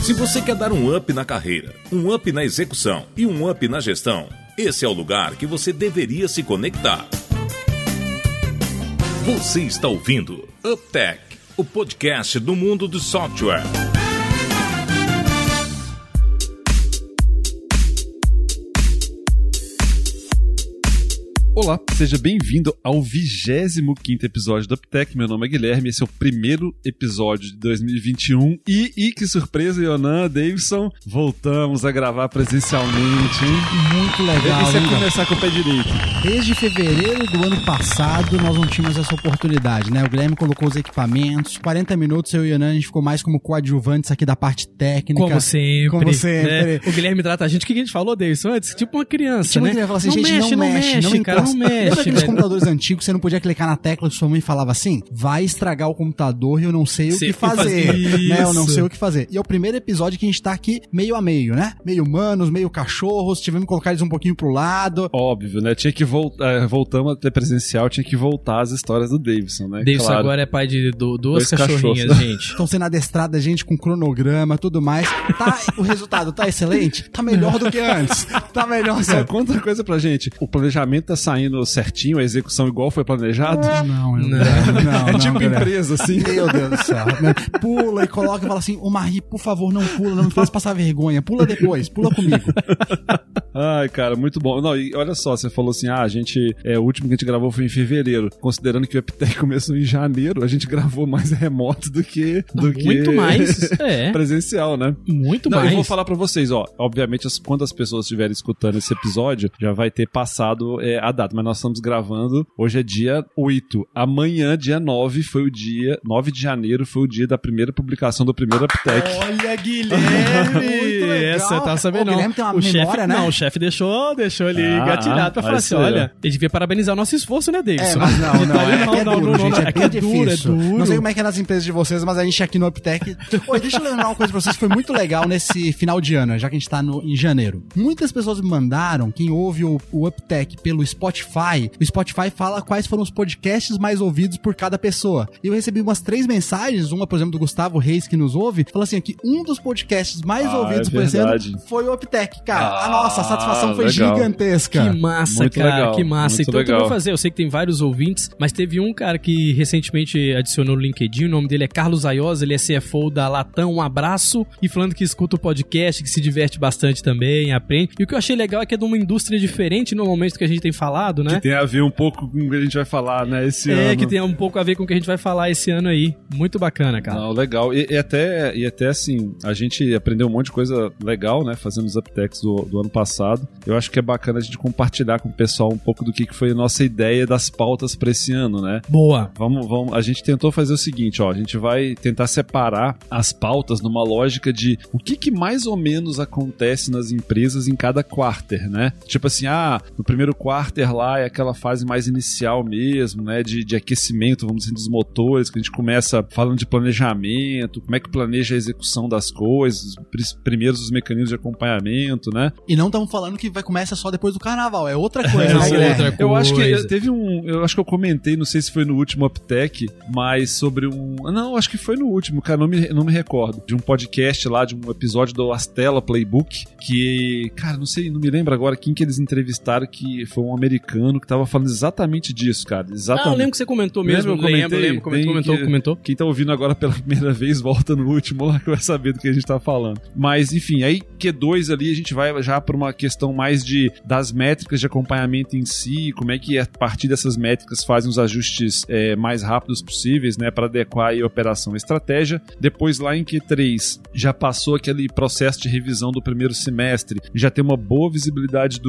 Se você quer dar um up na carreira, um up na execução e um up na gestão, esse é o lugar que você deveria se conectar. Você está ouvindo UpTech, o podcast do mundo do software. Olá, seja bem-vindo ao 25º episódio do UpTech. Meu nome é Guilherme, esse é o primeiro episódio de 2021 e que surpresa, Yonan, Davidson, voltamos a gravar presencialmente, hein? Muito legal, Isso é começar com o pé direito. Desde fevereiro do ano passado nós não tínhamos essa oportunidade, né? O Guilherme colocou os equipamentos, 40 minutos eu e o Yonan, a gente ficou mais como coadjuvantes aqui da parte técnica. Como sempre. Né? O Guilherme trata a gente, o que a gente falou, Davidson, antes? Tipo uma criança, né? Fala assim, não mexe, cara. Não mexe, lembra aqueles computadores antigos, você não podia clicar na tecla que sua mãe falava assim, vai estragar o computador e eu não sei o que fazer, né? Eu não sei o que fazer. E é o primeiro episódio que a gente tá aqui meio a meio, né? Meio humanos, meio cachorros, tivemos que colocar eles um pouquinho pro lado. Óbvio, né? Tinha que voltar, voltamos a ter presencial, tinha que voltar às histórias do Davidson, né? Davidson claro. Agora é pai de duas cachorrinhas, gente. Estão sendo adestradas, gente, com cronograma, tudo mais. Tá, o resultado tá excelente? Tá melhor do que antes. Tá melhor. Só conta uma coisa pra gente. O planejamento tá saindo certinho, a execução igual foi planejado? Não. É tipo empresa, assim. Meu Deus do céu. Pula e coloca e fala assim, ô Marie, por favor, não pula, não me faça passar vergonha. Pula depois, pula comigo. Ai, cara, muito bom. Não, e olha só, você falou assim, a gente, o último que a gente gravou foi em fevereiro. Considerando que o UpTech começou em janeiro, a gente gravou mais remoto do que muito mais, presencial, né? Muito mais. Eu vou falar pra vocês, obviamente, quando as pessoas estiverem escutando esse episódio, já vai ter passado a data, mas nós estamos gravando, hoje é dia 8. Amanhã, dia 9, 9 de janeiro, foi o dia da primeira publicação do primeiro UpTech. Olha, Guilherme! Essa tá sabendo, não. O Guilherme tem uma memória, né? Não, o chefe deixou ele gatilhado pra falar assim, olha, ele devia parabenizar o nosso esforço, né, Davidson? Mas não, duro, gente, é bem difícil. É duro. Não sei como é que é nas empresas de vocês, mas a gente aqui no UpTech... Oi, deixa eu lembrar uma coisa pra vocês, foi muito legal nesse final de ano, já que a gente tá em janeiro. Muitas pessoas me mandaram, quem ouve o UpTech pelo Spotify, o Spotify fala quais foram os podcasts mais ouvidos por cada pessoa. E eu recebi umas 3 mensagens, uma, por exemplo, do Gustavo Reis, que nos ouve, falou assim, que um dos podcasts mais ouvidos por esse ano foi o UpTech, cara. A satisfação foi gigantesca. Que massa, muito cara, legal, que massa. muito Então, legal. eu vou fazer, eu sei que tem vários ouvintes, mas teve um cara que recentemente adicionou no LinkedIn, o nome dele é Carlos Aiosa, ele é CFO da Latam, um abraço, e falando que escuta o podcast, que se diverte bastante também, aprende. E o que eu achei legal é que é de uma indústria diferente, normalmente, do que a gente tem falado, né? Que tem a ver um pouco com o que a gente vai falar, né, esse ano. Que tem um pouco a ver com o que a gente vai falar esse ano aí. Muito bacana, cara. Não, legal. E até assim, a gente aprendeu um monte de coisa legal, né, fazendo os UpTechs do ano passado. Eu acho que é bacana a gente compartilhar com o pessoal um pouco do que foi a nossa ideia das pautas pra esse ano, né? Boa. Vamos, a gente tentou fazer o seguinte, a gente vai tentar separar as pautas numa lógica de o que mais ou menos acontece nas empresas em cada quarter, né? Tipo assim, no primeiro quarter lá é aquela fase mais inicial mesmo, né? De aquecimento, vamos dizer, dos motores, que a gente começa falando de planejamento, como é que planeja a execução das coisas, primeiros os mecanismos de acompanhamento, né? E não estamos falando que vai começar só depois do carnaval, é outra coisa, né, Guilherme? Outra coisa. Eu acho que teve eu acho que eu comentei, não sei se foi no último UpTech, mas sobre não, acho que foi no último, cara, não me recordo, de um podcast lá, de um episódio do Astela Playbook, que, cara, não me lembro agora quem que eles entrevistaram, que foi um americano que tava falando exatamente disso, cara, exatamente. Eu lembro que você comentou mesmo, lembro, comentou. Quem tá ouvindo agora pela primeira vez, volta no último lá que vai saber do que a gente tá falando. Mas, enfim, aí Q2 ali a gente vai já pra uma questão mais das métricas de acompanhamento em si, como é que a partir dessas métricas fazem os ajustes mais rápidos possíveis, né, para adequar aí a operação e estratégia. Depois lá em Q3 já passou aquele processo de revisão do primeiro semestre, já tem uma boa visibilidade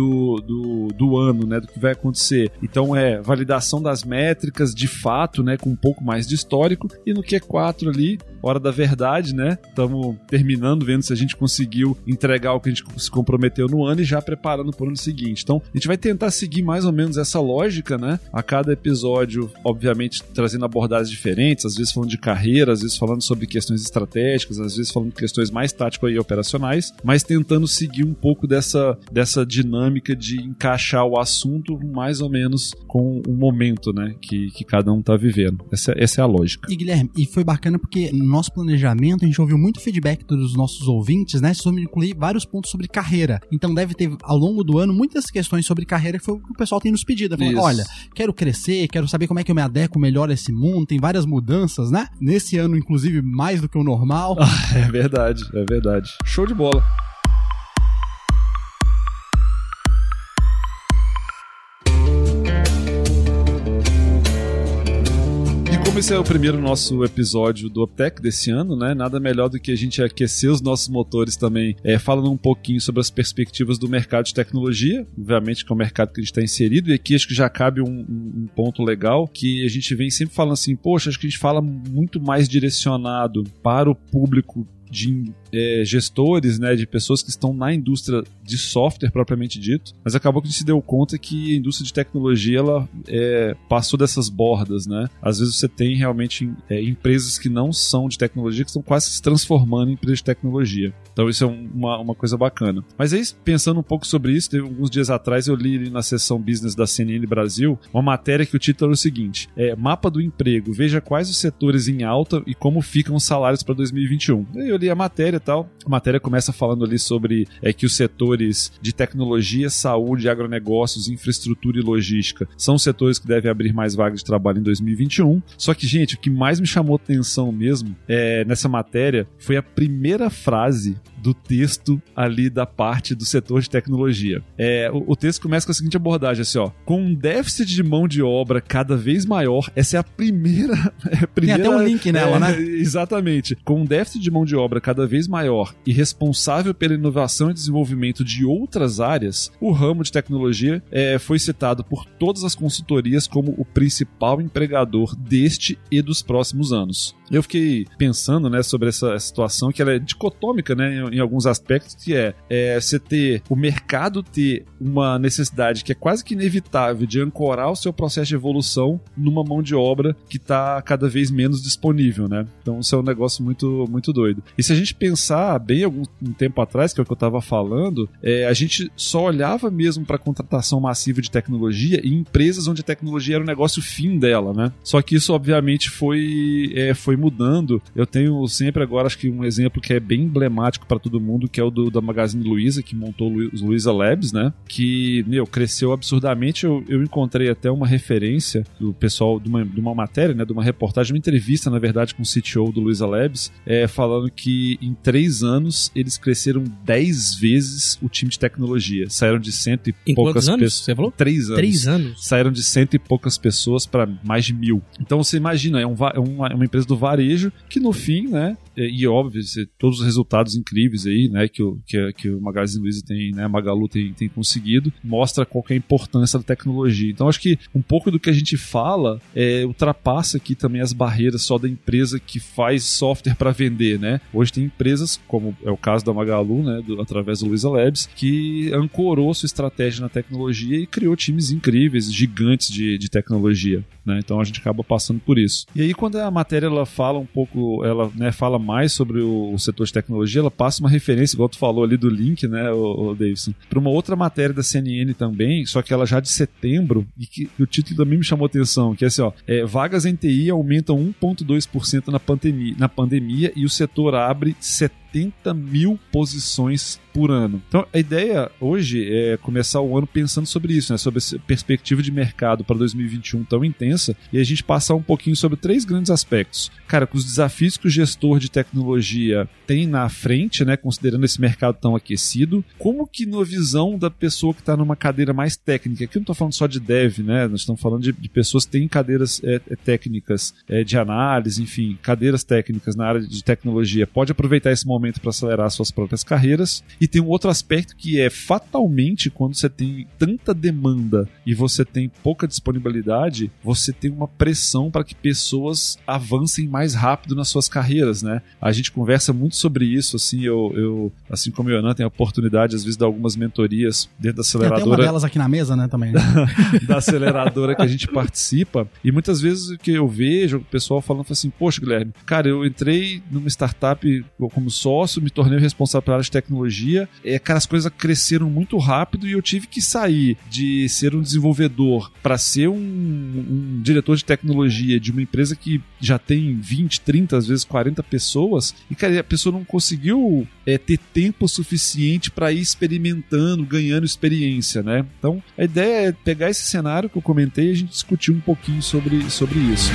do ano, né, do que vai acontecer. Então validação das métricas de fato, né, com um pouco mais de histórico, e no Q4 ali, hora da verdade, né, estamos terminando, vendo se a gente conseguiu entregar o que a gente se comprometeu no ano e já preparando para o ano seguinte. Então, a gente vai tentar seguir mais ou menos essa lógica, né, a cada episódio, obviamente, trazendo abordagens diferentes, às vezes falando de carreira, às vezes falando sobre questões estratégicas, às vezes falando de questões mais táticas e operacionais, mas tentando seguir um pouco dessa dinâmica de encaixar o assunto mais ou menos com o momento, né, que cada um tá vivendo. Essa é a lógica. E Guilherme, e foi bacana porque no nosso planejamento, a gente ouviu muito feedback dos nossos ouvintes, né, sobre incluir vários pontos sobre carreira. Então deve ter, ao longo do ano, muitas questões sobre carreira que foi o que o pessoal tem nos pedido. Falando, olha, quero crescer, quero saber como é que eu me adequo melhor a esse mundo, tem várias mudanças, né? Nesse ano, inclusive, mais do que o normal. É verdade, é verdade. Show de bola. Esse é o primeiro nosso episódio do UpTech desse ano, né? Nada melhor do que a gente aquecer os nossos motores também, falando um pouquinho sobre as perspectivas do mercado de tecnologia, obviamente que é o mercado que a gente está inserido, e aqui acho que já cabe um ponto legal, que a gente vem sempre falando assim, poxa, acho que a gente fala muito mais direcionado para o público de gestores, né, de pessoas que estão na indústria de software propriamente dito, mas acabou que a gente se deu conta que a indústria de tecnologia ela passou dessas bordas, né? Às vezes você tem realmente empresas que não são de tecnologia, que estão quase se transformando em empresas de tecnologia. Então isso é uma coisa bacana. Mas aí, pensando um pouco sobre isso, teve alguns dias atrás eu li na seção Business da CNN Brasil uma matéria que o título é o seguinte, Mapa do Emprego, veja quais os setores em alta e como ficam os salários para 2021. Aí eu li a matéria e tal. A matéria começa falando ali sobre que os setores de tecnologia, saúde, agronegócios, infraestrutura e logística são os setores que devem abrir mais vagas de trabalho em 2021. Só que, gente, o que mais me chamou atenção mesmo nessa matéria foi a primeira frase do texto ali da parte do setor de tecnologia. O texto começa com a seguinte abordagem, assim, ó, com um déficit de mão de obra cada vez maior, essa é a primeira... Tem até um link nela, né? Exatamente. Com um déficit de mão de obra cada vez maior e responsável pela inovação e desenvolvimento de outras áreas, o ramo de tecnologia foi citado por todas as consultorias como o principal empregador deste e dos próximos anos. Eu fiquei pensando, né, sobre essa situação que ela é dicotômica, né, em alguns aspectos, que você ter o mercado ter uma necessidade que é quase que inevitável de ancorar o seu processo de evolução numa mão de obra que está cada vez menos disponível, né? Então isso é um negócio muito, muito doido. E se a gente pensar bem um tempo atrás, que é o que eu estava falando, a gente só olhava mesmo para a contratação massiva de tecnologia em empresas onde a tecnologia era o negócio fim dela, né? Só que isso obviamente foi mudando. Eu tenho sempre agora, acho que um exemplo que é bem emblemático para todo mundo, que é o da Magazine Luiza, que montou os Luiza Labs, né? Que, cresceu absurdamente. Eu encontrei até uma referência do pessoal de uma matéria, né? De uma reportagem, uma entrevista, na verdade, com o CTO do Luiza Labs, falando que em 3 anos eles cresceram 10 vezes o time de tecnologia. Saíram de 100 e poucas pessoas. Você falou? 3 anos. 3 anos? Saíram de 100 e poucas pessoas para mais de 1.000. Então você imagina, é uma empresa do varejo que no fim, né? E óbvio, todos os resultados incríveis aí, né? Que o Magazine Luiza tem, né? A Magalu tem conseguido, mostra qual que é a importância da tecnologia. Então acho que um pouco do que a gente fala ultrapassa aqui também as barreiras só da empresa que faz software para vender, né? Hoje tem empresas, como é o caso da Magalu, né? Através do Luiza Labs, que ancorou sua estratégia na tecnologia e criou times incríveis, gigantes de tecnologia, né? Então a gente acaba passando por isso. E aí quando a matéria ela fala um pouco, ela, né, fala mais sobre o setor de tecnologia, ela passa uma referência, igual tu falou ali do link, né, o Davidson, para uma outra matéria da CNN também, só que ela já de setembro, e que o título também me chamou atenção, que é assim, ó, vagas em TI aumentam 1,2% na pandemia e o setor abre 70 mil posições por ano. Então a ideia hoje é começar o ano pensando sobre isso, né? Sobre essa perspectiva de mercado para 2021 tão intensa, e a gente passar um pouquinho sobre 3 grandes aspectos. Cara, com os desafios que o gestor de tecnologia tem na frente, né? Considerando esse mercado tão aquecido, como que na visão da pessoa que está numa cadeira mais técnica, aqui eu não estou falando só de dev, né? Nós estamos falando de pessoas que têm cadeiras técnicas de análise, enfim, cadeiras técnicas na área de tecnologia, pode aproveitar esse momento para acelerar suas próprias carreiras. E tem um outro aspecto que é fatalmente quando você tem tanta demanda e você tem pouca disponibilidade, você tem uma pressão para que pessoas avancem mais rápido nas suas carreiras, né? A gente conversa muito sobre isso, assim, eu assim como eu, Ana, tenho a oportunidade às vezes de dar algumas mentorias dentro da aceleradora. Tem até uma delas aqui na mesa, né, também. Né? Da aceleradora que a gente participa, e muitas vezes o que eu vejo o pessoal falando assim, poxa, Guilherme, cara, eu entrei numa startup como sócio, me tornei o responsável pela área de tecnologia. Cara, as coisas cresceram muito rápido e eu tive que sair de ser um desenvolvedor para ser um diretor de tecnologia de uma empresa que já tem 20, 30, às vezes 40 pessoas. E, cara, a pessoa não conseguiu ter tempo suficiente para ir experimentando, ganhando experiência, né? Então, a ideia é pegar esse cenário que eu comentei e a gente discutir um pouquinho sobre isso.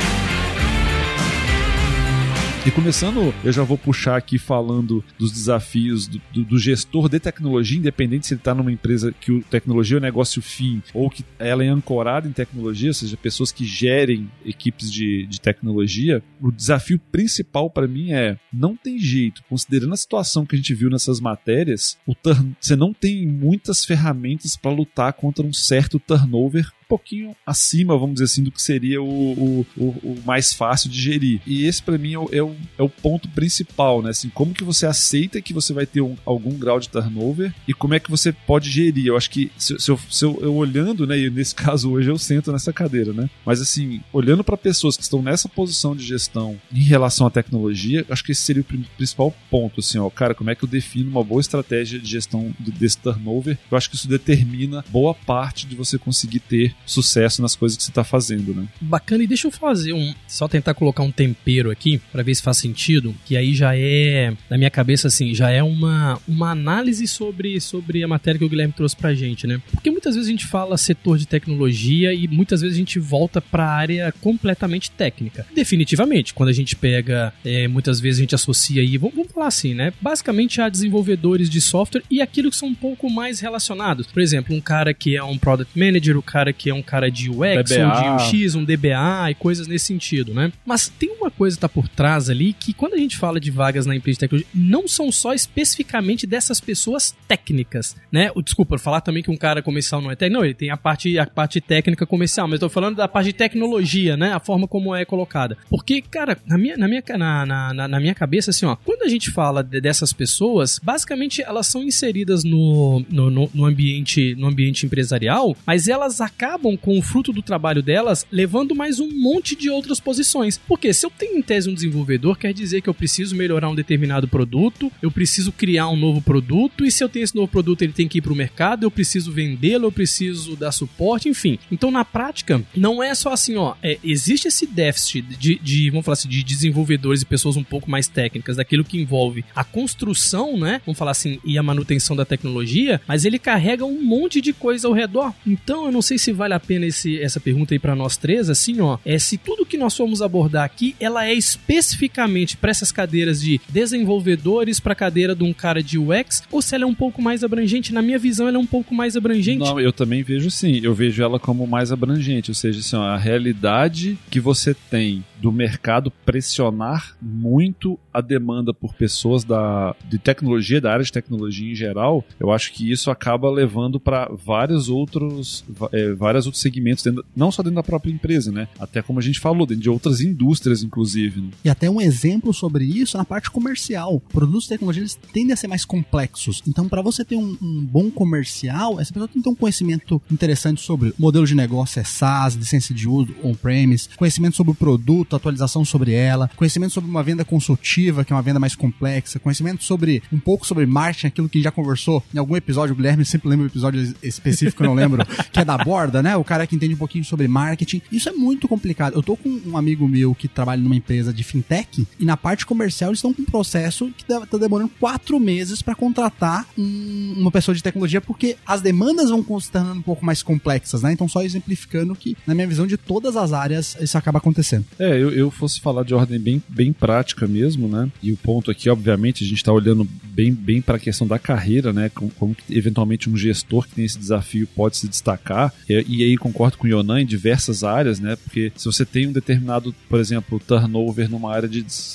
E começando, eu já vou puxar aqui falando dos desafios do gestor de tecnologia, independente se ele está numa empresa que a tecnologia é o negócio fim ou que ela é ancorada em tecnologia, ou seja, pessoas que gerem equipes de tecnologia. O desafio principal para mim não tem jeito, considerando a situação que a gente viu nessas matérias, você não tem muitas ferramentas para lutar contra um certo turnover um pouquinho acima, vamos dizer assim, do que seria o mais fácil de gerir. E esse para mim é o ponto principal, né? Assim, como que você aceita que você vai ter algum grau de turnover e como é que você pode gerir. Eu acho que se eu olhando, né, e nesse caso hoje eu sento nessa cadeira, né? Mas assim, olhando para pessoas que estão nessa posição de gestão em relação à tecnologia, acho que esse seria o principal ponto, assim, cara, como é que eu defino uma boa estratégia de gestão desse turnover? Eu acho que isso determina boa parte de você conseguir ter sucesso nas coisas que você está fazendo, né? Bacana, e deixa eu fazer só tentar colocar um tempero aqui para ver se faz sentido, que aí já é, na minha cabeça, assim, já é uma análise sobre a matéria que o Guilherme trouxe pra gente, né? Porque muitas vezes a gente fala setor de tecnologia e muitas vezes a gente volta pra área completamente técnica. Definitivamente, quando a gente pega, muitas vezes a gente associa aí, vamos falar assim, né? Basicamente a desenvolvedores de software e aquilo que são um pouco mais relacionados. Por exemplo, um cara que é um Product Manager, o cara que é um cara de UX, DBA. ou de UX, um DBA e coisas nesse sentido, né? Mas tem uma coisa que tá por trás ali que quando a gente fala de vagas na empresa de tecnologia, não são só especificamente dessas pessoas técnicas, né? Desculpa, falar também que um cara comercial não é técnico, não, ele tem a parte técnica comercial, mas eu tô falando da parte de tecnologia, né? A forma como é colocada. Porque, cara, na minha cabeça, assim, quando a gente fala dessas pessoas, basicamente elas são inseridas no ambiente empresarial, mas elas acabam com o fruto do trabalho delas levando mais um monte de outras posições. Porque se eu tenho em tese um desenvolvedor, quer dizer que eu preciso melhorar um determinado produto, eu preciso criar um novo produto, e se eu tenho esse novo produto, ele tem que ir para o mercado, eu preciso vendê-lo, eu preciso dar suporte, enfim. Então, na prática, não é só assim, existe esse déficit vamos falar assim, de desenvolvedores e pessoas um pouco mais técnicas, daquilo que envolve a construção, né, vamos falar assim, e a manutenção da tecnologia, mas ele carrega um monte de coisa ao redor. Então, eu não sei se vale a pena essa pergunta aí para nós três, assim, se tudo que nós formos abordar aqui, ela é especificamente para essas cadeiras de desenvolvedores, para a cadeira de um cara de UX, ou se ela é um pouco mais abrangente. Na minha visão, ela é um pouco mais abrangente. Não, eu também vejo assim, eu vejo ela como mais abrangente, ou seja, assim, a realidade que você tem do mercado pressionar muito a demanda por pessoas de tecnologia, da área de tecnologia em geral, eu acho que isso acaba levando para vários outros segmentos, não só dentro da própria empresa, né? Até como a gente falou, dentro de outras indústrias, inclusive. Né? E até um exemplo sobre isso na parte comercial. Produtos de tecnologia, eles tendem a ser mais complexos. Então, para você ter um bom comercial, essa pessoa tem que ter um conhecimento interessante sobre modelo de negócio, SaaS, licença de uso, on-premise, conhecimento sobre o produto, atualização sobre ela, conhecimento sobre uma venda consultiva, que é uma venda mais complexa, conhecimento um pouco sobre marketing, aquilo que já conversou em algum episódio, o Guilherme sempre lembra um episódio específico, eu não lembro, que é da Borda, né? O cara que entende um pouquinho sobre marketing. Isso é muito complicado. Eu tô com um amigo meu que trabalha numa empresa de fintech e na parte comercial eles estão com um processo que tá demorando 4 meses para contratar uma pessoa de tecnologia, porque as demandas vão se tornando um pouco mais complexas, né? Então só exemplificando que, na minha visão, de todas as áreas isso acaba acontecendo. Eu fosse falar de ordem bem prática mesmo, né? E o ponto aqui, obviamente, a gente tá olhando bem para a questão da carreira, né? Como que, eventualmente, um gestor que tem esse desafio pode se destacar. E aí concordo com o Yonan em diversas áreas, né? Porque se você tem um determinado, por exemplo, turnover numa área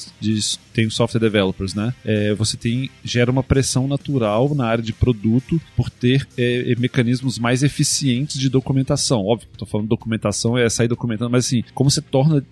tem software developers, né? Você gera uma pressão natural na área de produto por ter mecanismos mais eficientes de documentação. Óbvio que eu tô falando documentação, sair documentando, mas assim, como você torna mais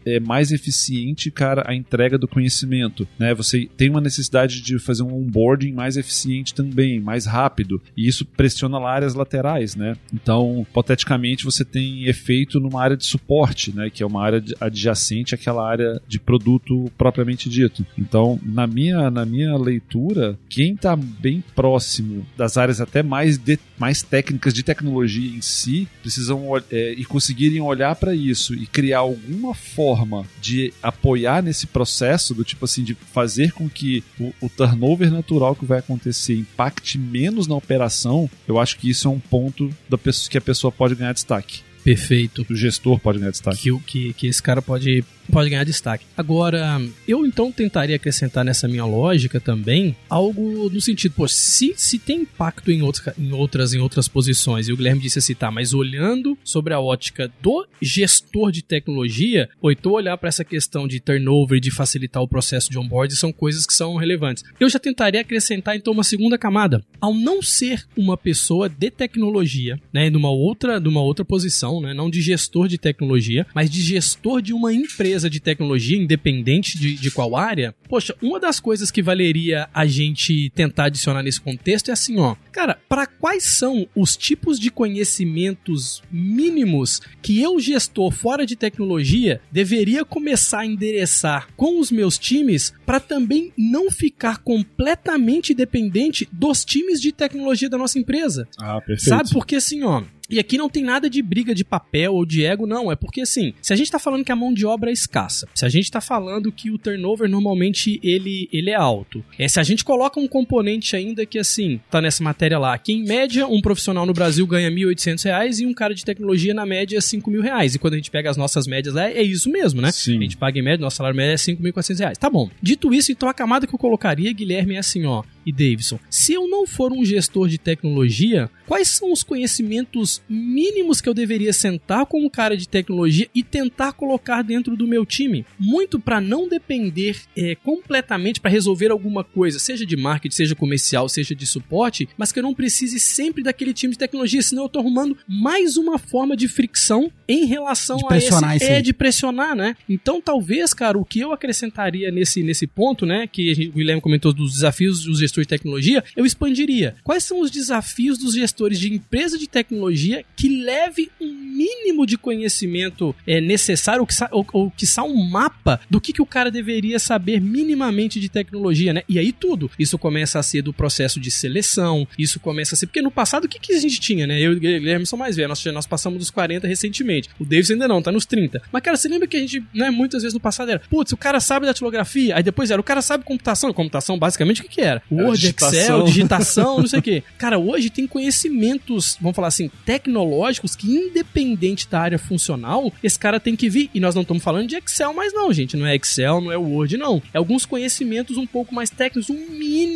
mais eficiente, cara, a entrega do conhecimento, né? Você tem uma necessidade de fazer um onboarding mais eficiente também, mais rápido, e isso pressiona áreas laterais, né? Então, hipoteticamente, você tem efeito numa área de suporte, né? Que é uma área adjacente àquela área de produto propriamente dito. Então, na minha leitura, quem está bem próximo das áreas até mais técnicas de tecnologia em si, precisam e conseguirem olhar para isso e criar alguma forma de apoiar nesse processo, do tipo assim, de fazer com que o turnover natural que vai acontecer impacte menos na operação. Eu acho que isso é um ponto que a pessoa pode ganhar destaque. Perfeito. O gestor pode ganhar destaque. Que esse cara pode ganhar destaque. Agora, eu então tentaria acrescentar nessa minha lógica também algo no sentido, pô, se tem impacto em outras posições, e o Guilherme disse assim, tá, mas olhando sobre a ótica do gestor de tecnologia, ou então olhar para essa questão de turnover, de facilitar o processo de onboard, são coisas que são relevantes. Eu já tentaria acrescentar então uma segunda camada. Ao não ser uma pessoa de tecnologia, né, numa outra posição, né, não de gestor de tecnologia, mas de gestor de uma empresa de tecnologia, independente de qual área, poxa, uma das coisas que valeria a gente tentar adicionar nesse contexto é assim, ó, cara, para quais são os tipos de conhecimentos mínimos que eu, gestor fora de tecnologia, deveria começar a endereçar com os meus times para também não ficar completamente dependente dos times de tecnologia da nossa empresa. Ah, perfeito. Sabe? Porque assim, ó, e aqui não tem nada de briga de papel ou de ego, não. É porque, assim, se a gente tá falando que a mão de obra é escassa, se a gente tá falando que o turnover normalmente ele é alto, se a gente coloca um componente ainda que, assim, tá nessa matéria lá, que em média um profissional no Brasil ganha R$1.800 e um cara de tecnologia na média R$5.000. E quando a gente pega as nossas médias lá, é isso mesmo, né? Sim. A gente paga em média, nosso salário médio é R$5.400. Tá bom. Dito isso, então a camada que eu colocaria, Guilherme, é assim, ó, e Davidson, se eu não for um gestor de tecnologia, quais são os conhecimentos mínimos que eu deveria sentar como cara de tecnologia e tentar colocar dentro do meu time? Muito para não depender completamente para resolver alguma coisa, seja de marketing, seja comercial, seja de suporte, mas que eu não precise sempre daquele time de tecnologia, senão eu tô arrumando mais uma forma de fricção em relação de pressionar de pressionar, né? Então, talvez, cara, o que eu acrescentaria nesse ponto, né, que o Guilherme comentou dos desafios dos gestores de tecnologia, eu expandiria. Quais são os desafios dos gestores de empresa de tecnologia que leve um mínimo de conhecimento necessário, ou quiçá um mapa do que o cara deveria saber minimamente de tecnologia, né? E aí tudo. Isso começa a ser do processo de seleção, isso começa a ser... Porque no passado, o que a gente tinha, né? Eu e o Guilherme são mais velhos, nós passamos dos 40 recentemente. O Davis ainda não, tá nos 30. Mas, cara, você lembra que a gente, né, muitas vezes no passado era, putz, o cara sabe datilografia, aí depois era, o cara sabe computação, e computação basicamente o que era? Word, Excel, digitação, não sei o quê. Cara, hoje tem conhecimentos, vamos falar assim, tecnológicos que, independente da área funcional, esse cara tem que vir. E nós não estamos falando de Excel mais não, gente. Não é Excel, não é Word, não. É alguns conhecimentos um pouco mais técnicos, um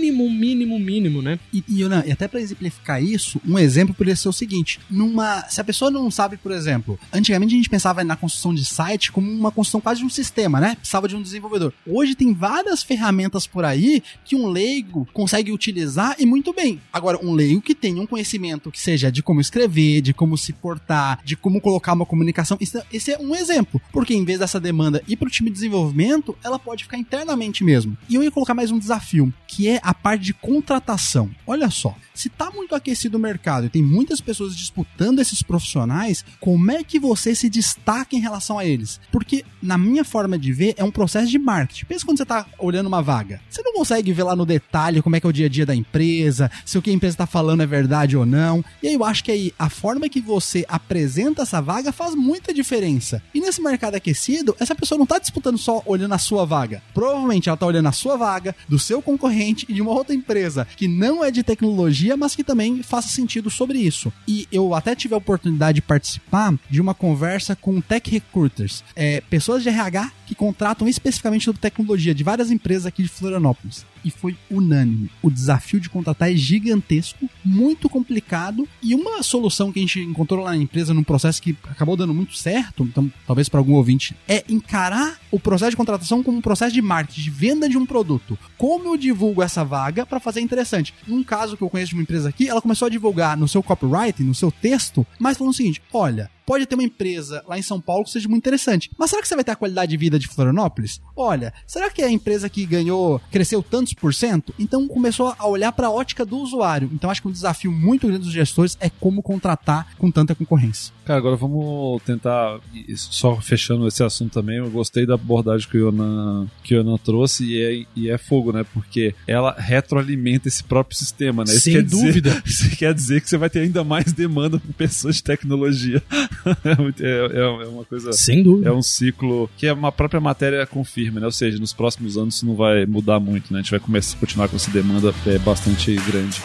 mínimo, né? E até para exemplificar isso, um exemplo poderia ser o seguinte. Se a pessoa não sabe, por exemplo, antigamente a gente pensava na construção de site como uma construção quase de um sistema, né? Precisava de um desenvolvedor. Hoje tem várias ferramentas por aí que um leigo consegue utilizar e muito bem. Agora, um leigo que tenha um conhecimento que seja de como escrever, de como se portar, de como colocar uma comunicação, esse é um exemplo. Porque em vez dessa demanda ir para o time de desenvolvimento, ela pode ficar internamente mesmo. E eu ia colocar mais um desafio, que é a parte de contratação. Olha só, se tá muito aquecido o mercado e tem muitas pessoas disputando esses profissionais, como é que você se destaca em relação a eles? Porque, na minha forma de ver, é um processo de marketing. Pensa quando você tá olhando uma vaga. Você não consegue ver lá no detalhe como é que é o dia a dia da empresa, se o que a empresa tá falando é verdade ou não. E aí eu acho que aí a forma que você apresenta essa vaga faz muita diferença. E nesse mercado aquecido, essa pessoa não tá disputando só olhando a sua vaga. Provavelmente ela tá olhando a sua vaga, do seu concorrente e de uma outra empresa que não é de tecnologia, mas que também faça sentido sobre isso. E eu até tive a oportunidade de participar de uma conversa com tech recruiters, pessoas de RH que contratam especificamente sobre tecnologia de várias empresas aqui de Florianópolis. E foi unânime. O desafio de contratar é gigantesco, muito complicado, e uma solução que a gente encontrou lá na empresa num processo que acabou dando muito certo, então talvez para algum ouvinte, é encarar o processo de contratação como um processo de marketing, de venda de um produto. Como eu divulgo essa vaga para fazer interessante? Num caso que eu conheço de uma empresa aqui, ela começou a divulgar no seu copywriting, no seu texto, mas falando o seguinte, olha, pode ter uma empresa lá em São Paulo que seja muito interessante. Mas será que você vai ter a qualidade de vida de Florianópolis? Olha, será que a empresa que cresceu tantos %? Então começou a olhar para a ótica do usuário. Então acho que um desafio muito grande dos gestores é como contratar com tanta concorrência. Cara, agora vamos tentar, só fechando esse assunto também, eu gostei da abordagem que o Yonan trouxe e é fogo, né? Porque ela retroalimenta esse próprio sistema, né? Sem dúvida. Isso quer dizer que você vai ter ainda mais demanda por pessoas de tecnologia. É uma coisa... Sem dúvida. É um ciclo que a própria matéria confirma, né? Ou seja, nos próximos anos isso não vai mudar muito, né? A gente vai continuar com essa demanda bastante grande.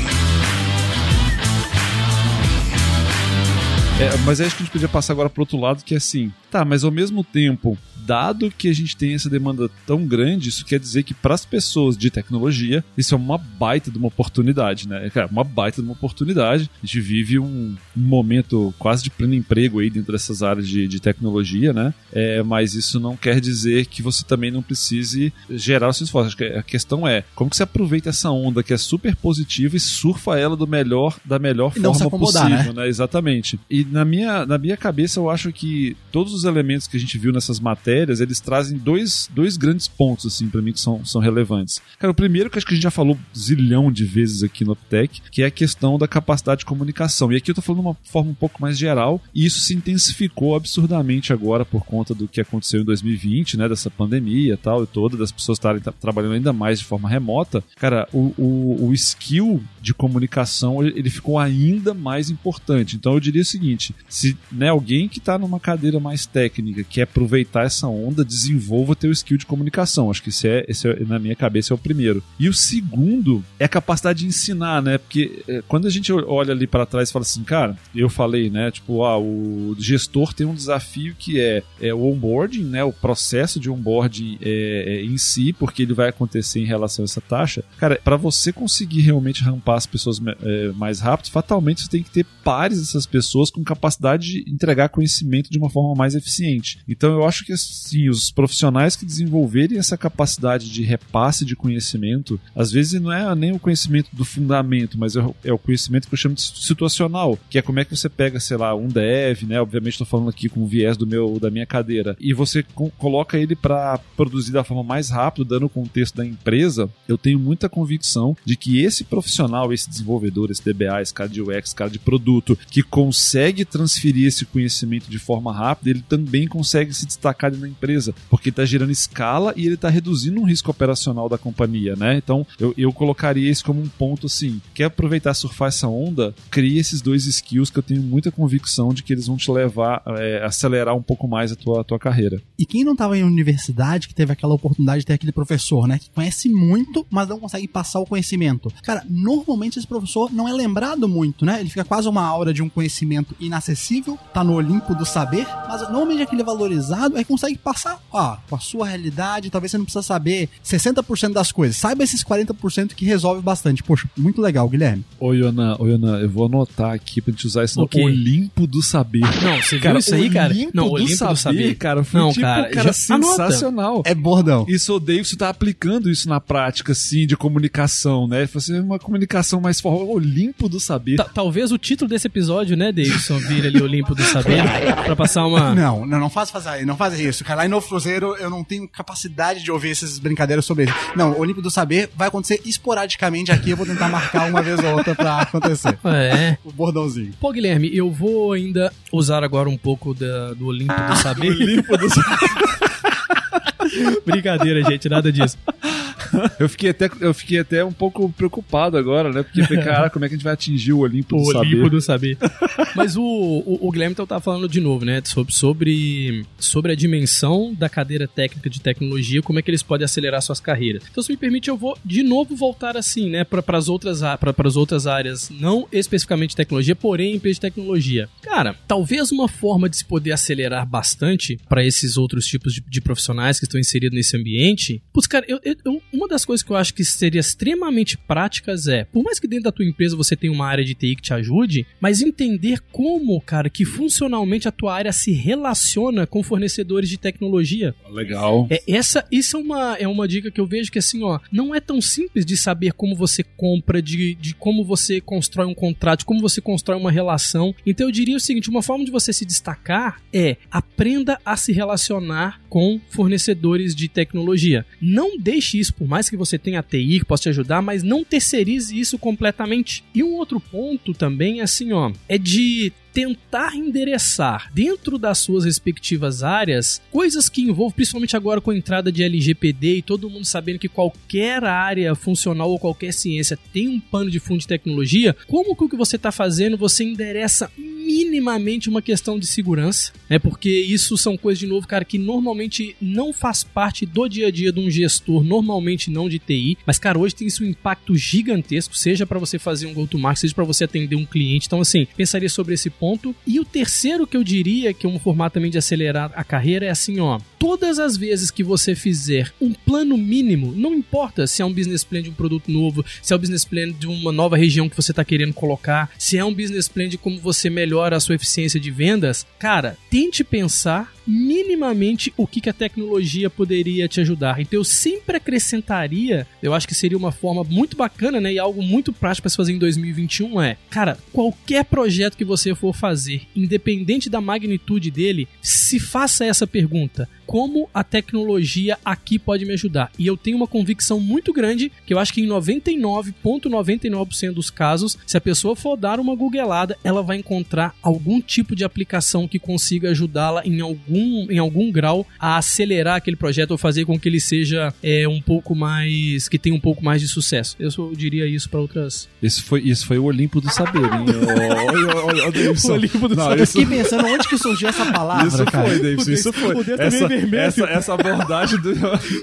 Mas acho que a gente podia passar agora pro outro lado, que é assim, tá, mas ao mesmo tempo, dado que a gente tem essa demanda tão grande, isso quer dizer que para as pessoas de tecnologia, isso é uma baita de uma oportunidade, né? Cara, uma baita de uma oportunidade. A gente vive um momento quase de pleno emprego aí dentro dessas áreas de tecnologia, né? Mas isso não quer dizer que você também não precise gerar os seus esforços. A questão é, como que você aproveita essa onda que é super positiva e surfa ela da melhor forma possível, né? Exatamente. E na minha cabeça eu acho que todos os elementos que a gente viu nessas matérias, eles trazem dois grandes pontos, assim, pra mim que são relevantes. Cara, o primeiro que acho que a gente já falou zilhão de vezes aqui no UpTech, que é a questão da capacidade de comunicação. E aqui eu tô falando de uma forma um pouco mais geral, e isso se intensificou absurdamente agora por conta do que aconteceu em 2020, né, dessa pandemia e tal, e toda, das pessoas estarem trabalhando ainda mais de forma remota. Cara, o skill de comunicação, ele ficou ainda mais importante. Então eu diria o seguinte, se, né, alguém que está numa cadeira mais técnica quer aproveitar essa onda, desenvolva teu skill de comunicação. Acho que esse na minha cabeça é o primeiro. E o segundo é a capacidade de ensinar, né? Porque quando a gente olha ali para trás e fala assim, cara, eu falei, né? Tipo, o gestor tem um desafio que é o onboarding, né? O processo de onboarding em si, porque ele vai acontecer em relação a essa taxa. Cara, para você conseguir realmente rampar as pessoas mais rápido, fatalmente você tem que ter pares dessas pessoas com capacidade de entregar conhecimento de uma forma mais eficiente. Então eu acho que assim, os profissionais que desenvolverem essa capacidade de repasse de conhecimento, às vezes não é nem o conhecimento do fundamento, mas é o conhecimento que eu chamo de situacional, que é como é que você pega, sei lá, um dev, né? Obviamente estou falando aqui com o viés da minha cadeira, e você coloca ele para produzir da forma mais rápida, dando o contexto da empresa. Eu tenho muita convicção de que esse profissional, esse desenvolvedor, esse DBA, esse cara de UX, cara de produto, que consegue transferir esse conhecimento de forma rápida, ele também consegue se destacar na empresa, porque está gerando escala e ele está reduzindo um risco operacional da companhia, né? Então, eu colocaria isso como um ponto assim, quer aproveitar, surfar essa onda, crie esses dois skills que eu tenho muita convicção de que eles vão te levar a acelerar um pouco mais a tua carreira. E quem não estava em universidade, que teve aquela oportunidade de ter aquele professor, né, que conhece muito, mas não consegue passar o conhecimento. Cara, normalmente esse professor não é lembrado muito, né? Ele fica quase uma aura de um conhecimento inacessível, tá no Olimpo do saber, mas normalmente aquele valorizado é que consegue passar com a sua realidade. Talvez você não precisa saber 60% das coisas, saiba esses 40% que resolve bastante. Poxa, muito legal, Guilherme. Ô Yonan, eu vou anotar aqui pra gente usar isso no Olimpo do saber. Não, você viu isso aí, cara? Não, Olimpo do saber, cara, foi cara, sensacional. Anota. É bordão. Isso, o Davidson tá aplicando isso na prática, assim, de comunicação, né? Você uma comunicação mais forte, Olimpo do saber. Talvez o título desse episódio, né, Davidson, vire ali Olimpo do saber, pra passar uma... Não faz isso, cara. Lá em Novo Cruzeiro eu não tenho capacidade de ouvir essas brincadeiras sobre isso. Não, o Olimpo do saber vai acontecer esporadicamente aqui, eu vou tentar marcar uma vez ou outra pra acontecer. O bordãozinho. Pô, Guilherme, eu vou ainda usar agora um pouco do Olimpo do saber. Olimpo do saber. Brincadeira, gente, nada disso. Eu fiquei até um pouco preocupado agora, né? Porque, cara, como é que a gente vai atingir o Olimpo do saber? O Olimpo do saber. Mas o Guilherme então tava falando de novo, né? Sobre a dimensão da cadeira técnica de tecnologia, como é que eles podem acelerar suas carreiras. Então, se me permite, eu vou de novo voltar assim, né? Para as outras áreas, não especificamente tecnologia, porém empresa de tecnologia. Cara, talvez uma forma de se poder acelerar bastante para esses outros tipos de profissionais que estão inseridos nesse ambiente. Putz, cara, uma das coisas que eu acho que seria extremamente práticas por mais que dentro da tua empresa você tenha uma área de TI que te ajude, mas entender como, cara, que funcionalmente a tua área se relaciona com fornecedores de tecnologia. Legal. Isso é uma dica que eu vejo que, assim, não é tão simples de saber como você compra, de como você constrói um contrato, de como você constrói uma relação. Então eu diria o seguinte, uma forma de você se destacar aprenda a se relacionar com fornecedores de tecnologia. Não deixe isso, por mais que você tenha TI que possa te ajudar, mas não terceirize isso completamente. E um outro ponto também, assim, é de tentar endereçar dentro das suas respectivas áreas coisas que envolvem, principalmente agora com a entrada de LGPD e todo mundo sabendo que qualquer área funcional ou qualquer ciência tem um pano de fundo de tecnologia, como que o que você está fazendo você endereça minimamente uma questão de segurança, né? Porque isso são coisas, de novo, cara, que normalmente não faz parte do dia a dia de um gestor, normalmente não de TI, mas, cara, hoje tem isso um impacto gigantesco, seja para você fazer um go-to-market, seja para você atender um cliente. Então, assim, pensaria sobre esse ponto. E o terceiro que eu diria que é um formato também de acelerar a carreira é assim, todas as vezes que você fizer um plano mínimo, não importa se é um business plan de um produto novo, se é um business plan de uma nova região que você está querendo colocar, se é um business plan de como você melhora a sua eficiência de vendas, cara, tente pensar minimamente o que a tecnologia poderia te ajudar. Então eu sempre acrescentaria, eu acho que seria uma forma muito bacana, né, e algo muito prático para se fazer em 2021 cara, qualquer projeto que você for fazer, independente da magnitude dele, se faça essa pergunta: como a tecnologia aqui pode me ajudar? E eu tenho uma convicção muito grande que eu acho que em 99,99% dos casos, se a pessoa for dar uma googlada, ela vai encontrar algum tipo de aplicação que consiga ajudá-la em algum grau a acelerar aquele projeto ou fazer com que ele seja um pouco mais, que tenha um pouco mais de sucesso. Eu diria isso para outras. Isso foi o Olimpo do Saber, hein? Olha o Olimpo do Saber. Eu fiquei pensando onde que surgiu essa palavra, isso cara. Foi, Davidson, isso foi. Essa abordagem do...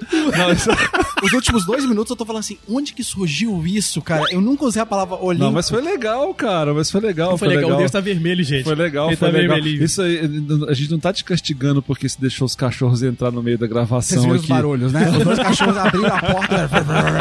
Os últimos 2 minutos eu tô falando assim, onde que surgiu isso, cara? Eu nunca usei a palavra Olimpo. Não, mas foi legal, cara. Foi legal. O Deus tá vermelho, gente. Foi legal, ele foi tá legal. Vermelhinho. Isso aí, a gente não tá te castigando porque você deixou os cachorros entrar no meio da gravação. Vocês viram aqui. Os barulhos, né? Os 2 cachorros abriram a porta.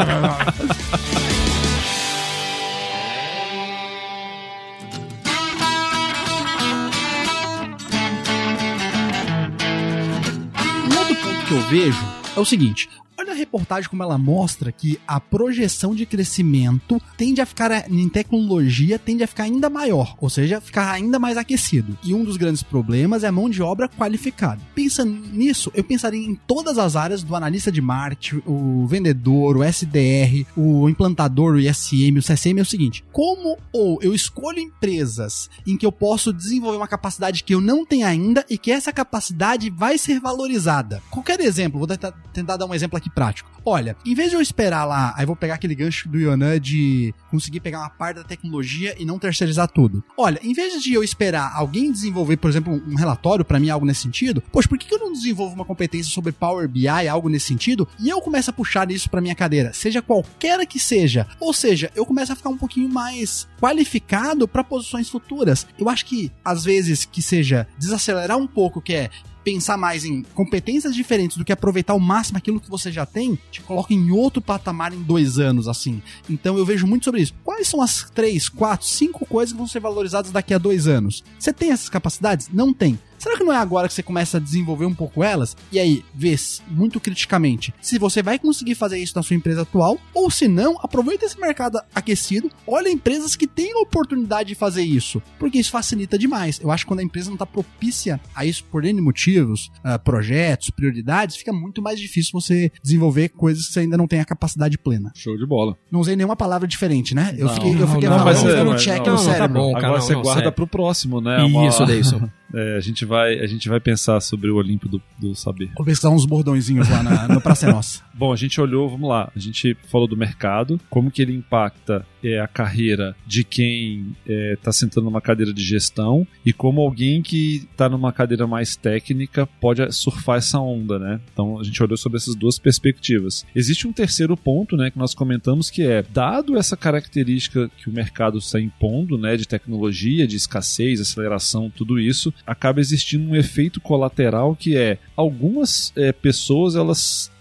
Um outro ponto que eu vejo é o seguinte: olha a reportagem como ela mostra que a projeção de crescimento tende a ficar em tecnologia, tende a ficar ainda maior, ou seja, ficar ainda mais aquecido. E um dos grandes problemas é a mão de obra qualificada. Pensando nisso, eu pensaria em todas as áreas do analista de marketing, o vendedor, o SDR, o implantador, o ISM, o CSM. É o seguinte: como ou eu escolho empresas em que eu posso desenvolver uma capacidade que eu não tenho ainda e que essa capacidade vai ser valorizada. Qualquer exemplo, vou tentar dar um exemplo aqui prático. Olha, em vez de eu esperar lá, aí vou pegar aquele gancho do Yonan de conseguir pegar uma parte da tecnologia e não terceirizar tudo. Olha, em vez de eu esperar alguém desenvolver, por exemplo, um relatório pra mim, algo nesse sentido, poxa, por que eu não desenvolvo uma competência sobre Power BI, algo nesse sentido, e eu começo a puxar isso pra minha cadeira, seja qualquer que seja. Ou seja, eu começo a ficar um pouquinho mais qualificado pra posições futuras. Eu acho que, às vezes, que seja desacelerar um pouco, que é pensar mais em competências diferentes do que aproveitar ao máximo aquilo que você já tem, te coloca em outro patamar em 2 anos, assim. Então eu vejo muito sobre isso. Quais são as 3, 4, 5 coisas que vão ser valorizadas daqui a 2 anos? Você tem essas capacidades? Não tem. Será que não é agora que você começa a desenvolver um pouco elas? E aí, vê muito criticamente se você vai conseguir fazer isso na sua empresa atual, ou se não, aproveita esse mercado aquecido, olha empresas que têm a oportunidade de fazer isso, porque isso facilita demais. Eu acho que quando a empresa não está propícia a isso por N motivos, projetos, prioridades, fica muito mais difícil você desenvolver coisas que você ainda não tem a capacidade plena. Show de bola. Não usei nenhuma palavra diferente, né? Eu fiquei falando, dando um check no cérebro. Tá bom, cara, agora você guarda pro próximo, né? Isso, Deilson. A gente vai pensar sobre o Olimpo do Saber. Vou pesquisar uns bordõezinhos lá no Praça é Nossa. Bom, a gente olhou, vamos lá, a gente falou do mercado, como que ele impacta a carreira de quem está sentando numa cadeira de gestão e como alguém que está numa cadeira mais técnica pode surfar essa onda, né? Então a gente olhou sobre essas 2 perspectivas. Existe um terceiro ponto, né, que nós comentamos, que é, dado essa característica que o mercado está impondo, né, de tecnologia, de escassez, aceleração, tudo isso, acaba existindo um efeito colateral que é, algumas pessoas, elas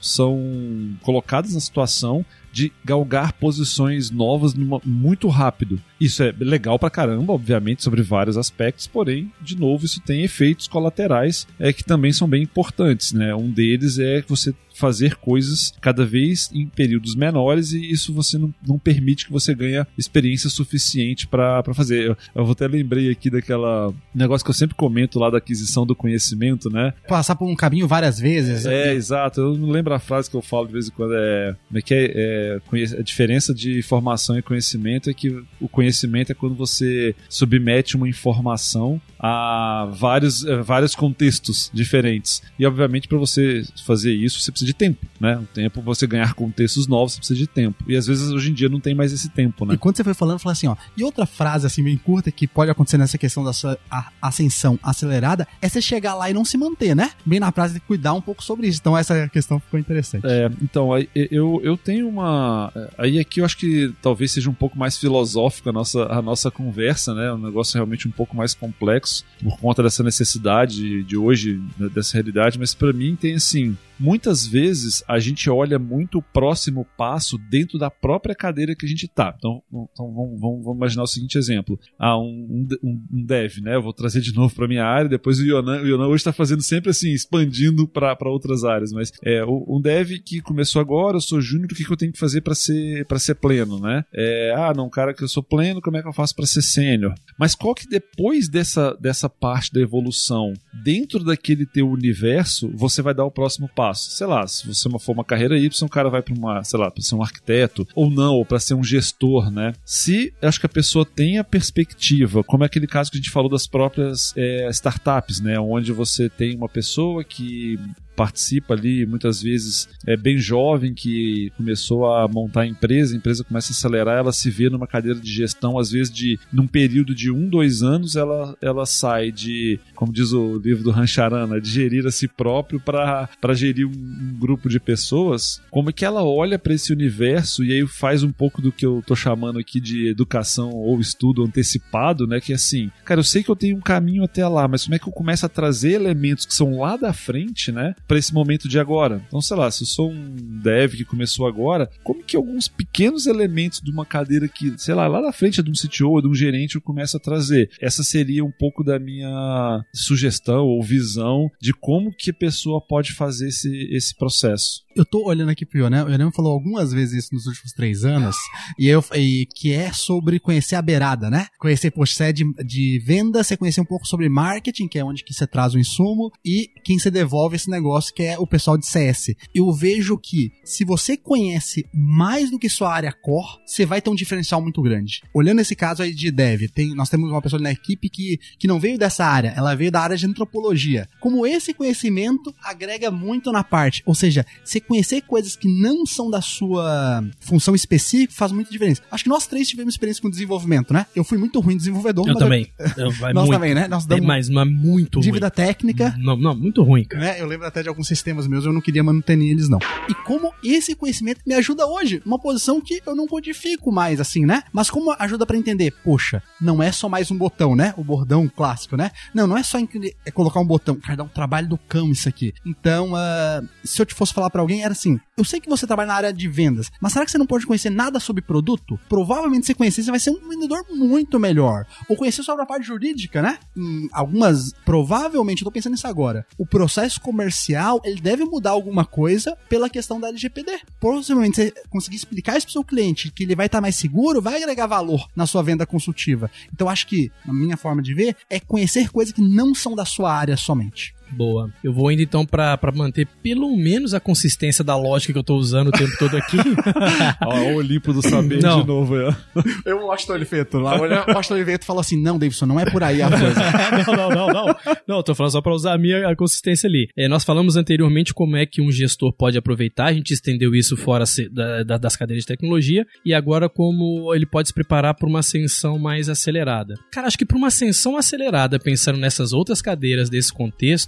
são colocadas na situação de galgar posições novas muito rápido. Isso é legal pra caramba, obviamente, sobre vários aspectos, porém, de novo, isso tem efeitos colaterais que também são bem importantes, né? Um deles é você fazer coisas cada vez em períodos menores e isso você não permite que você ganhe experiência suficiente pra fazer. Eu até lembrei aqui daquela negócio que eu sempre comento lá da aquisição do conhecimento, né? Passar por um caminho várias vezes. Exato. Eu não lembro a frase que eu falo de vez em quando, a diferença de informação e conhecimento é que o conhecimento é quando você submete uma informação a vários contextos diferentes. E, obviamente, para você fazer isso, você precisa de tempo, né? O tempo, você ganhar contextos novos, você precisa de tempo. E, às vezes, hoje em dia, não tem mais esse tempo, né? E quando você foi falando, falou assim, ó, e outra frase, assim, bem curta, que pode acontecer nessa questão da sua ascensão acelerada, é você chegar lá e não se manter, né? Bem na frase de cuidar um pouco sobre isso. Então, essa questão ficou interessante. Então, eu tenho uma... Aí aqui eu acho que talvez seja um pouco mais filosófico a nossa conversa, né? Um negócio realmente um pouco mais complexo por conta dessa necessidade de hoje, dessa realidade, mas pra mim tem assim, muitas vezes a gente olha muito o próximo passo dentro da própria cadeira que a gente tá. Então vamos imaginar o seguinte exemplo. Um dev, né? Eu vou trazer de novo pra minha área, depois o Yonan hoje tá fazendo sempre assim, expandindo pra outras áreas, mas um dev que começou agora, eu sou júnior, o que eu tenho que fazer pra ser pleno, né? Cara, que eu sou pleno, como é que eu faço pra ser sênior? Mas qual que depois dessa parte da evolução, dentro daquele teu universo, você vai dar o próximo passo? Sei lá, se você for uma carreira Y, o cara vai pra pra ser um arquiteto, ou não, ou pra ser um gestor, né? Se, acho que a pessoa tem a perspectiva, como é aquele caso que a gente falou das próprias startups, né? Onde você tem uma pessoa que participa ali, muitas vezes bem jovem, que começou a montar a empresa começa a acelerar, ela se vê numa cadeira de gestão, às vezes num período de 1-2 anos, ela sai de, como diz o livro do Rancharana, de gerir a si próprio para gerir um grupo de pessoas. Como é que ela olha para esse universo e aí faz um pouco do que eu tô chamando aqui de educação ou estudo antecipado, né? Que é assim, cara, eu sei que eu tenho um caminho até lá, mas como é que eu começo a trazer elementos que são lá da frente, né? Para esse momento de agora. Então, sei lá, se eu sou um dev que começou agora, como que alguns pequenos elementos de uma cadeira que, sei lá da frente de um CTO ou de um gerente eu começo a trazer? Essa seria um pouco da minha sugestão ou visão de como que a pessoa pode fazer esse processo. Eu tô olhando aqui pro Yonan, o Yonan falou algumas vezes isso nos últimos 3 anos, e que é sobre conhecer a beirada, né? Conhecer, poxa, você é de venda, você conhecer um pouco sobre marketing, que é onde que você traz o insumo, e quem você devolve esse negócio, que é o pessoal de CS. Eu vejo que, se você conhece mais do que sua área core, você vai ter um diferencial muito grande. Olhando esse caso aí de dev, nós temos uma pessoa na equipe que não veio dessa área, ela veio da área de antropologia. Como esse conhecimento agrega muito na parte, ou seja, você conhecer coisas que não são da sua função específica faz muita diferença. Acho que nós 3 tivemos experiência com desenvolvimento, né? Eu fui muito ruim desenvolvedor. Eu também. Nós também, né? Nós damos mas muito dívida ruim. Técnica. Não, muito ruim, cara. Né? Eu lembro até de alguns sistemas meus, eu não queria manter eles, não. E como esse conhecimento me ajuda hoje, uma posição que eu não codifico mais, assim, né? Mas como ajuda pra entender, poxa, não é só mais um botão, né? O bordão clássico, né? Não é só colocar um botão. Cara, dá um trabalho do cão isso aqui. Então, se eu te fosse falar pra alguém, era assim, eu sei que você trabalha na área de vendas, mas será que você não pode conhecer nada sobre produto? Provavelmente, se você conhecer, você vai ser um vendedor muito melhor. Ou conhecer sobre a parte jurídica, né? Provavelmente, eu tô pensando nisso agora, o processo comercial, ele deve mudar alguma coisa pela questão da LGPD. Possivelmente, você conseguir explicar isso pro seu cliente, que ele vai estar mais seguro, vai agregar valor na sua venda consultiva. Então, acho que, na minha forma de ver, é conhecer coisas que não são da sua área somente. Boa. Eu vou indo então pra manter pelo menos a consistência da lógica que eu tô usando o tempo todo aqui. Ó, o Olimpo do saber de novo. Eu gosto do Oliveto lá. O pastor Oliveto falou assim, não, Davidson, não é por aí a coisa. Não, tô falando só pra usar a consistência ali. Nós falamos anteriormente como é que um gestor pode aproveitar, a gente estendeu isso fora das cadeiras de tecnologia, e agora como ele pode se preparar para uma ascensão mais acelerada. Cara, acho que para uma ascensão acelerada, pensando nessas outras cadeiras desse contexto,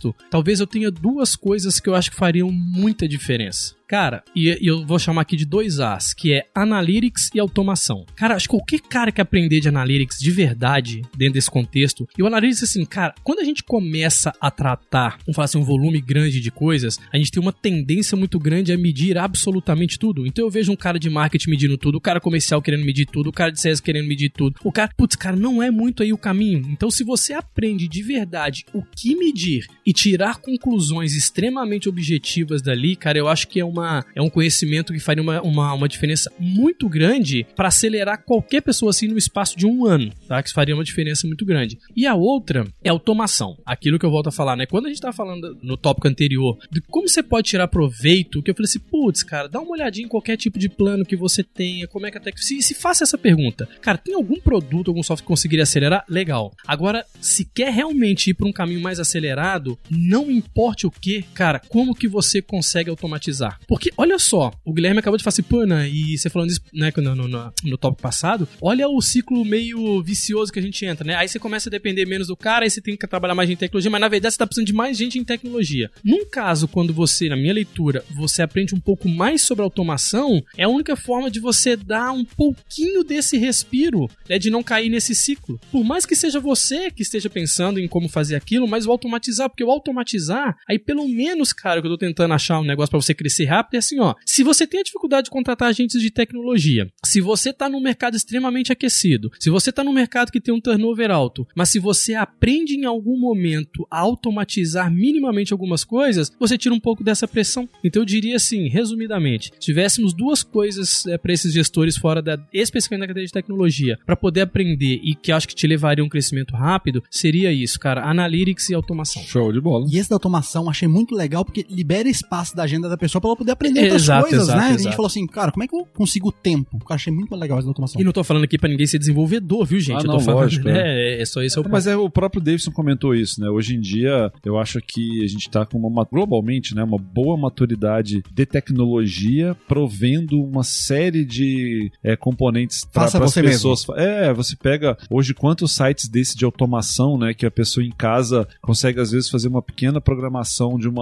contexto, talvez eu tenha duas coisas que eu acho que fariam muita diferença. Cara, e eu vou chamar aqui de 2 As, que é Analytics e automação. Cara, acho que qualquer cara que aprender de Analytics de verdade, dentro desse contexto, e o Analytics, assim, cara, quando a gente começa a tratar, vamos falar assim, um volume grande de coisas, a gente tem uma tendência muito grande a medir absolutamente tudo. Então eu vejo um cara de marketing medindo tudo, o cara comercial querendo medir tudo, o cara de CS querendo medir tudo, o cara, cara, não é muito aí o caminho. Então se você aprende de verdade o que medir e tirar conclusões extremamente objetivas dali, cara, eu acho que é um conhecimento que faria uma diferença muito grande para acelerar qualquer pessoa assim no espaço de 1 ano, tá? Que isso faria uma diferença muito grande. E a outra é automação. Aquilo que eu volto a falar, né? Quando a gente tá falando no tópico anterior de como você pode tirar proveito, que eu falei assim, putz, cara, dá uma olhadinha em qualquer tipo de plano que você tenha, como é que até... Se faça essa pergunta. Cara, tem algum produto, algum software que conseguiria acelerar? Legal. Agora, se quer realmente ir para um caminho mais acelerado, não importe o que, cara, como que você consegue automatizar? Porque, olha só, o Guilherme acabou de falar assim, Pana, e você falando isso, né, no tópico passado, olha o ciclo meio vicioso que a gente entra, né? Aí você começa a depender menos do cara, aí você tem que trabalhar mais em tecnologia, mas na verdade você tá precisando de mais gente em tecnologia. Num caso, quando você, na minha leitura, você aprende um pouco mais sobre automação, é a única forma de você dar um pouquinho desse respiro, né, de não cair nesse ciclo. Por mais que seja você que esteja pensando em como fazer aquilo, mas o automatizar, porque o automatizar, aí pelo menos, cara, que eu tô tentando achar um negócio pra você crescer rápido, é assim, ó, se você tem a dificuldade de contratar agentes de tecnologia, se você tá num mercado extremamente aquecido, se você tá num mercado que tem um turnover alto, mas se você aprende em algum momento a automatizar minimamente algumas coisas, você tira um pouco dessa pressão. Então eu diria assim, resumidamente, se tivéssemos 2 coisas para esses gestores fora especificamente da cadeia de tecnologia, para poder aprender e que acho que te levaria a um crescimento rápido, seria isso, cara, Analytics e automação. Show de bola. E esse da automação achei muito legal, porque libera espaço da agenda da pessoa para ela poder aprender outras coisas, né? A gente falou assim, cara, como é que eu consigo tempo? Eu achei muito legal essa da automação. E não tô falando aqui pra ninguém ser desenvolvedor, viu, gente? Eu tô falando, lógico, é só isso. Mas o próprio Davidson comentou isso, né? Hoje em dia, eu acho que a gente tá com globalmente, né, uma boa maturidade de tecnologia, provendo uma série de componentes para as pessoas. Mesmo. Você pega hoje quantos sites de automação, né, que a pessoa em casa consegue às vezes fazer uma pequena programação de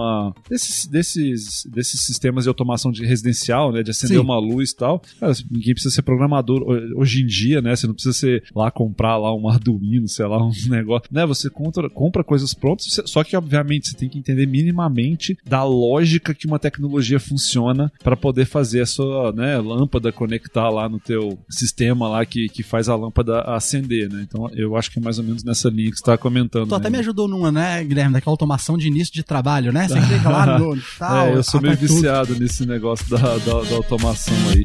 desses sistemas de automação de residencial, né, de acender uma luz e tal. Cara, ninguém precisa ser programador hoje em dia, né? Você não precisa comprar lá um Arduino, sei lá, um negócio, né? Você compra coisas prontas, só que obviamente você tem que entender minimamente da lógica que uma tecnologia funciona para poder fazer a sua, né, lâmpada conectar lá no teu sistema lá que faz a lâmpada acender, né? Então eu acho que é mais ou menos nessa linha que você tá comentando. Tu até me ajudou numa, né, Guilherme, daquela automação de início de trabalho, né? Você clica lá no tal. Eu sou meio viciado nesse negócio da automação aí.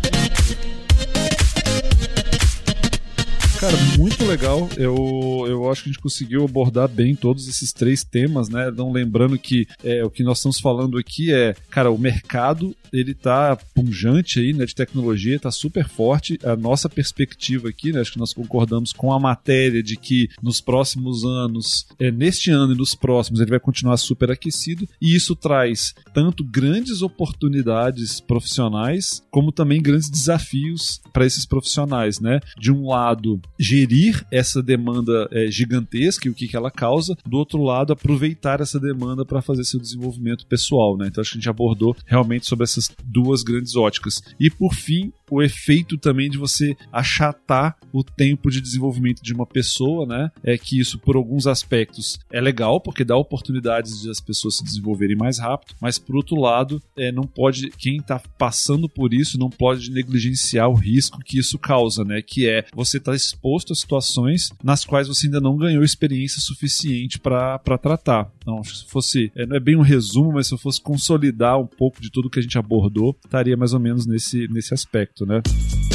Cara, muito legal. Eu acho que a gente conseguiu abordar bem todos esses 3 temas, né? Então, lembrando que o que nós estamos falando aqui cara, o mercado, ele tá pungente aí, né, de tecnologia, tá super forte. A nossa perspectiva aqui, né, acho que nós concordamos com a matéria de que nos próximos anos, neste ano e nos próximos, ele vai continuar super aquecido, e isso traz tanto grandes oportunidades profissionais, como também grandes desafios para esses profissionais, né? De um lado, gerir essa demanda gigantesca e o que ela causa, do outro lado, aproveitar essa demanda para fazer seu desenvolvimento pessoal, né? Então acho que a gente abordou realmente sobre essas 2 grandes óticas. E por fim, o efeito também de você achatar o tempo de desenvolvimento de uma pessoa, né? É que isso, por alguns aspectos, é legal, porque dá oportunidades de as pessoas se desenvolverem mais rápido, mas por outro lado, não pode, quem está passando por isso não pode negligenciar o risco que isso causa, né? Que é você estar exposto a situações nas quais você ainda não ganhou experiência suficiente para tratar. Então, se fosse, não é bem um resumo, mas se eu fosse consolidar um pouco de tudo que a gente abordou, estaria mais ou menos nesse aspecto, né?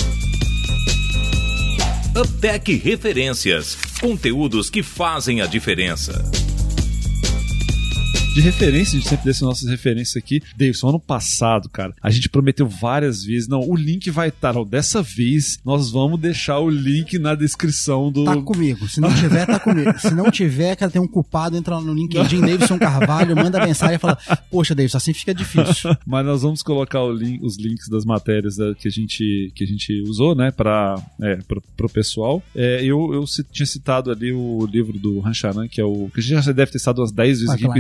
UpTech Referências. Conteúdos que fazem a diferença. De referência, a gente sempre deixa nossas referências aqui. Davidson, ano passado, cara, a gente prometeu várias vezes, não, o link vai estar, dessa vez nós vamos deixar o link na descrição do... Tá comigo, se não tiver, tá comigo. Se não tiver, cara, tem um culpado, entra no LinkedIn, Davidson Carvalho, manda mensagem e fala, poxa, Davidson, assim fica difícil. Mas nós vamos colocar os links das matérias que a gente usou, né, pro pessoal. Eu tinha citado ali o livro do Rancharan, que é o que a gente já deve ter citado umas 10 vezes aqui, que a gente gosta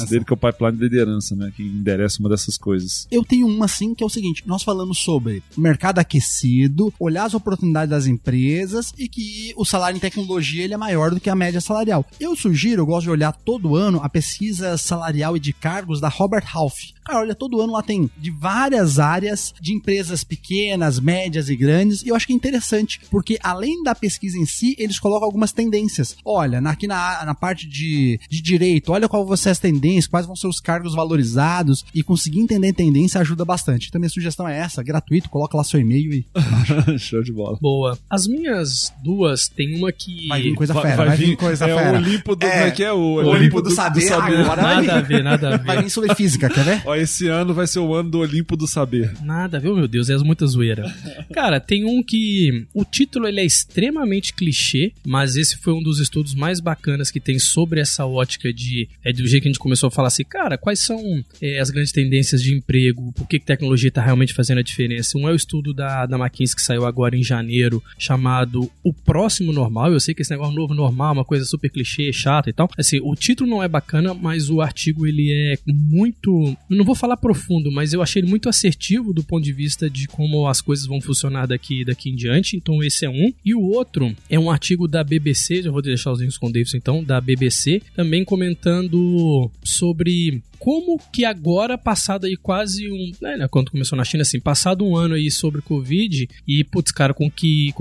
dele, que é o pipeline de liderança, né? Que endereça uma dessas coisas. Eu tenho uma, sim, que é o seguinte: nós falamos sobre mercado aquecido, olhar as oportunidades das empresas e que o salário em tecnologia ele é maior do que a média salarial. Eu gosto de olhar todo ano a pesquisa salarial e de cargos da Robert Half. Cara, olha, todo ano lá tem de várias áreas, de empresas pequenas, médias e grandes, e eu acho que é interessante, porque além da pesquisa em si, eles colocam algumas tendências. Olha, aqui na parte de direito, olha qual vão ser as tendências, quais vão ser os cargos valorizados, e conseguir entender tendência ajuda bastante. Então minha sugestão é essa, gratuito, coloca lá seu e-mail e... Show de bola. Boa. As minhas duas, tem uma que... Vai vir coisa fera, vai vir coisa fera. É o Olimpo do... Como é que é? O Olimpo do saber. Agora nada a ver, nada a ver. Vai vir sobre física, quer ver? Ó, esse ano vai ser o ano do Olimpo do saber. Nada a ver, meu Deus, é muita zoeira. Cara, tem um que... O título, ele é extremamente clichê, mas esse foi um dos estudos mais bacanas que tem sobre essa ótica de... do jeito que a gente começou a falar assim, cara, quais são as grandes tendências de emprego? Por que tecnologia está realmente fazendo a diferença? Um é o estudo da McKinsey que saiu agora em janeiro, chamado O Próximo Normal. Eu sei que esse negócio novo normal é uma coisa super clichê, chata e tal. Assim, o título não é bacana, mas o artigo ele é muito... Não vou falar profundo, mas eu achei ele muito assertivo do ponto de vista de como as coisas vão funcionar daqui em diante. Então esse é um. E o outro é um artigo da BBC, já vou deixar os links com o Davidson então, da BBC, também comentando sobre... Como que agora, passado aí quase quando começou na China, assim, passado um ano aí sobre Covid e, putz, cara, com que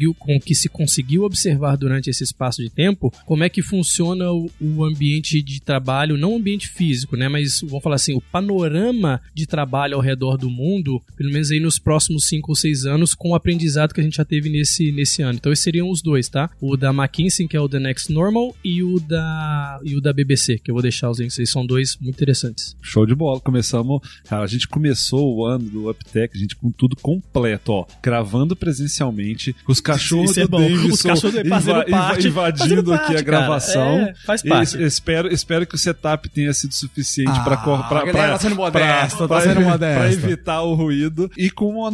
se conseguiu observar durante esse espaço de tempo, como é que funciona o ambiente de trabalho, não o ambiente físico, né, mas, vamos falar assim, o panorama de trabalho ao redor do mundo, pelo menos aí nos próximos 5 ou 6 anos, com o aprendizado que a gente já teve nesse ano. Então, esses seriam os dois, tá? O da McKinsey, que é o The Next Normal, e o da BBC, que eu vou deixar os links aí, são dois muito interessantes. Show de bola. Cara, a gente começou o ano do UpTech, a gente com tudo completo, ó, gravando presencialmente, os cachorros do Davidson os cachorros invadindo aqui a gravação. Faz parte. Espero que o setup tenha sido suficiente pra sendo modesto, pra evitar o ruído e com uma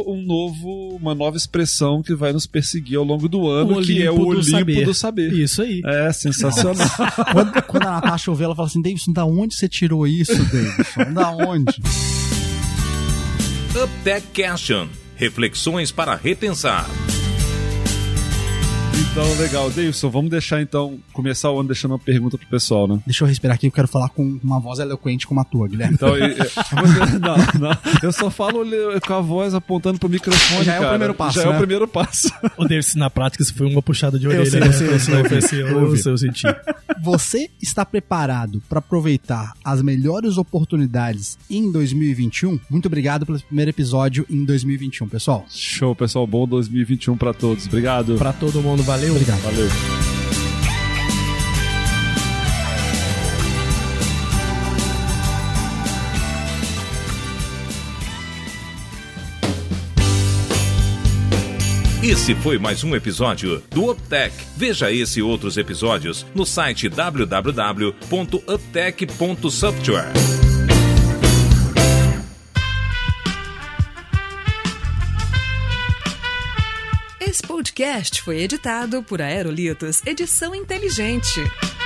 nova expressão que vai nos perseguir ao longo do ano, que é o Olimpo do Saber. Isso aí. É sensacional. Quando a Natasha ouviu, ela fala assim, Davidson, da onde você tirou isso, Davidson? Da onde? UpTech Question. Reflexões para repensar. Então, legal. Davidson, vamos começar o ano deixando uma pergunta pro pessoal, né? Deixa eu respirar aqui, eu quero falar com uma voz eloquente como a tua, Guilherme. Então, eu só falo com a voz apontando pro microfone, já é o primeiro passo. Já é o primeiro passo. O Davidson, na prática, isso foi uma puxada de orelha. Eu senti. Você está preparado para aproveitar as melhores oportunidades em 2021? Muito obrigado pelo primeiro episódio em 2021, pessoal. Show, pessoal. Bom 2021 para todos. Obrigado. Para todo mundo, valeu. Obrigado. Valeu. Esse foi mais um episódio do UpTech. Veja esse e outros episódios no site www.uptech.software. Esse podcast foi editado por Aerolitos Edição Inteligente.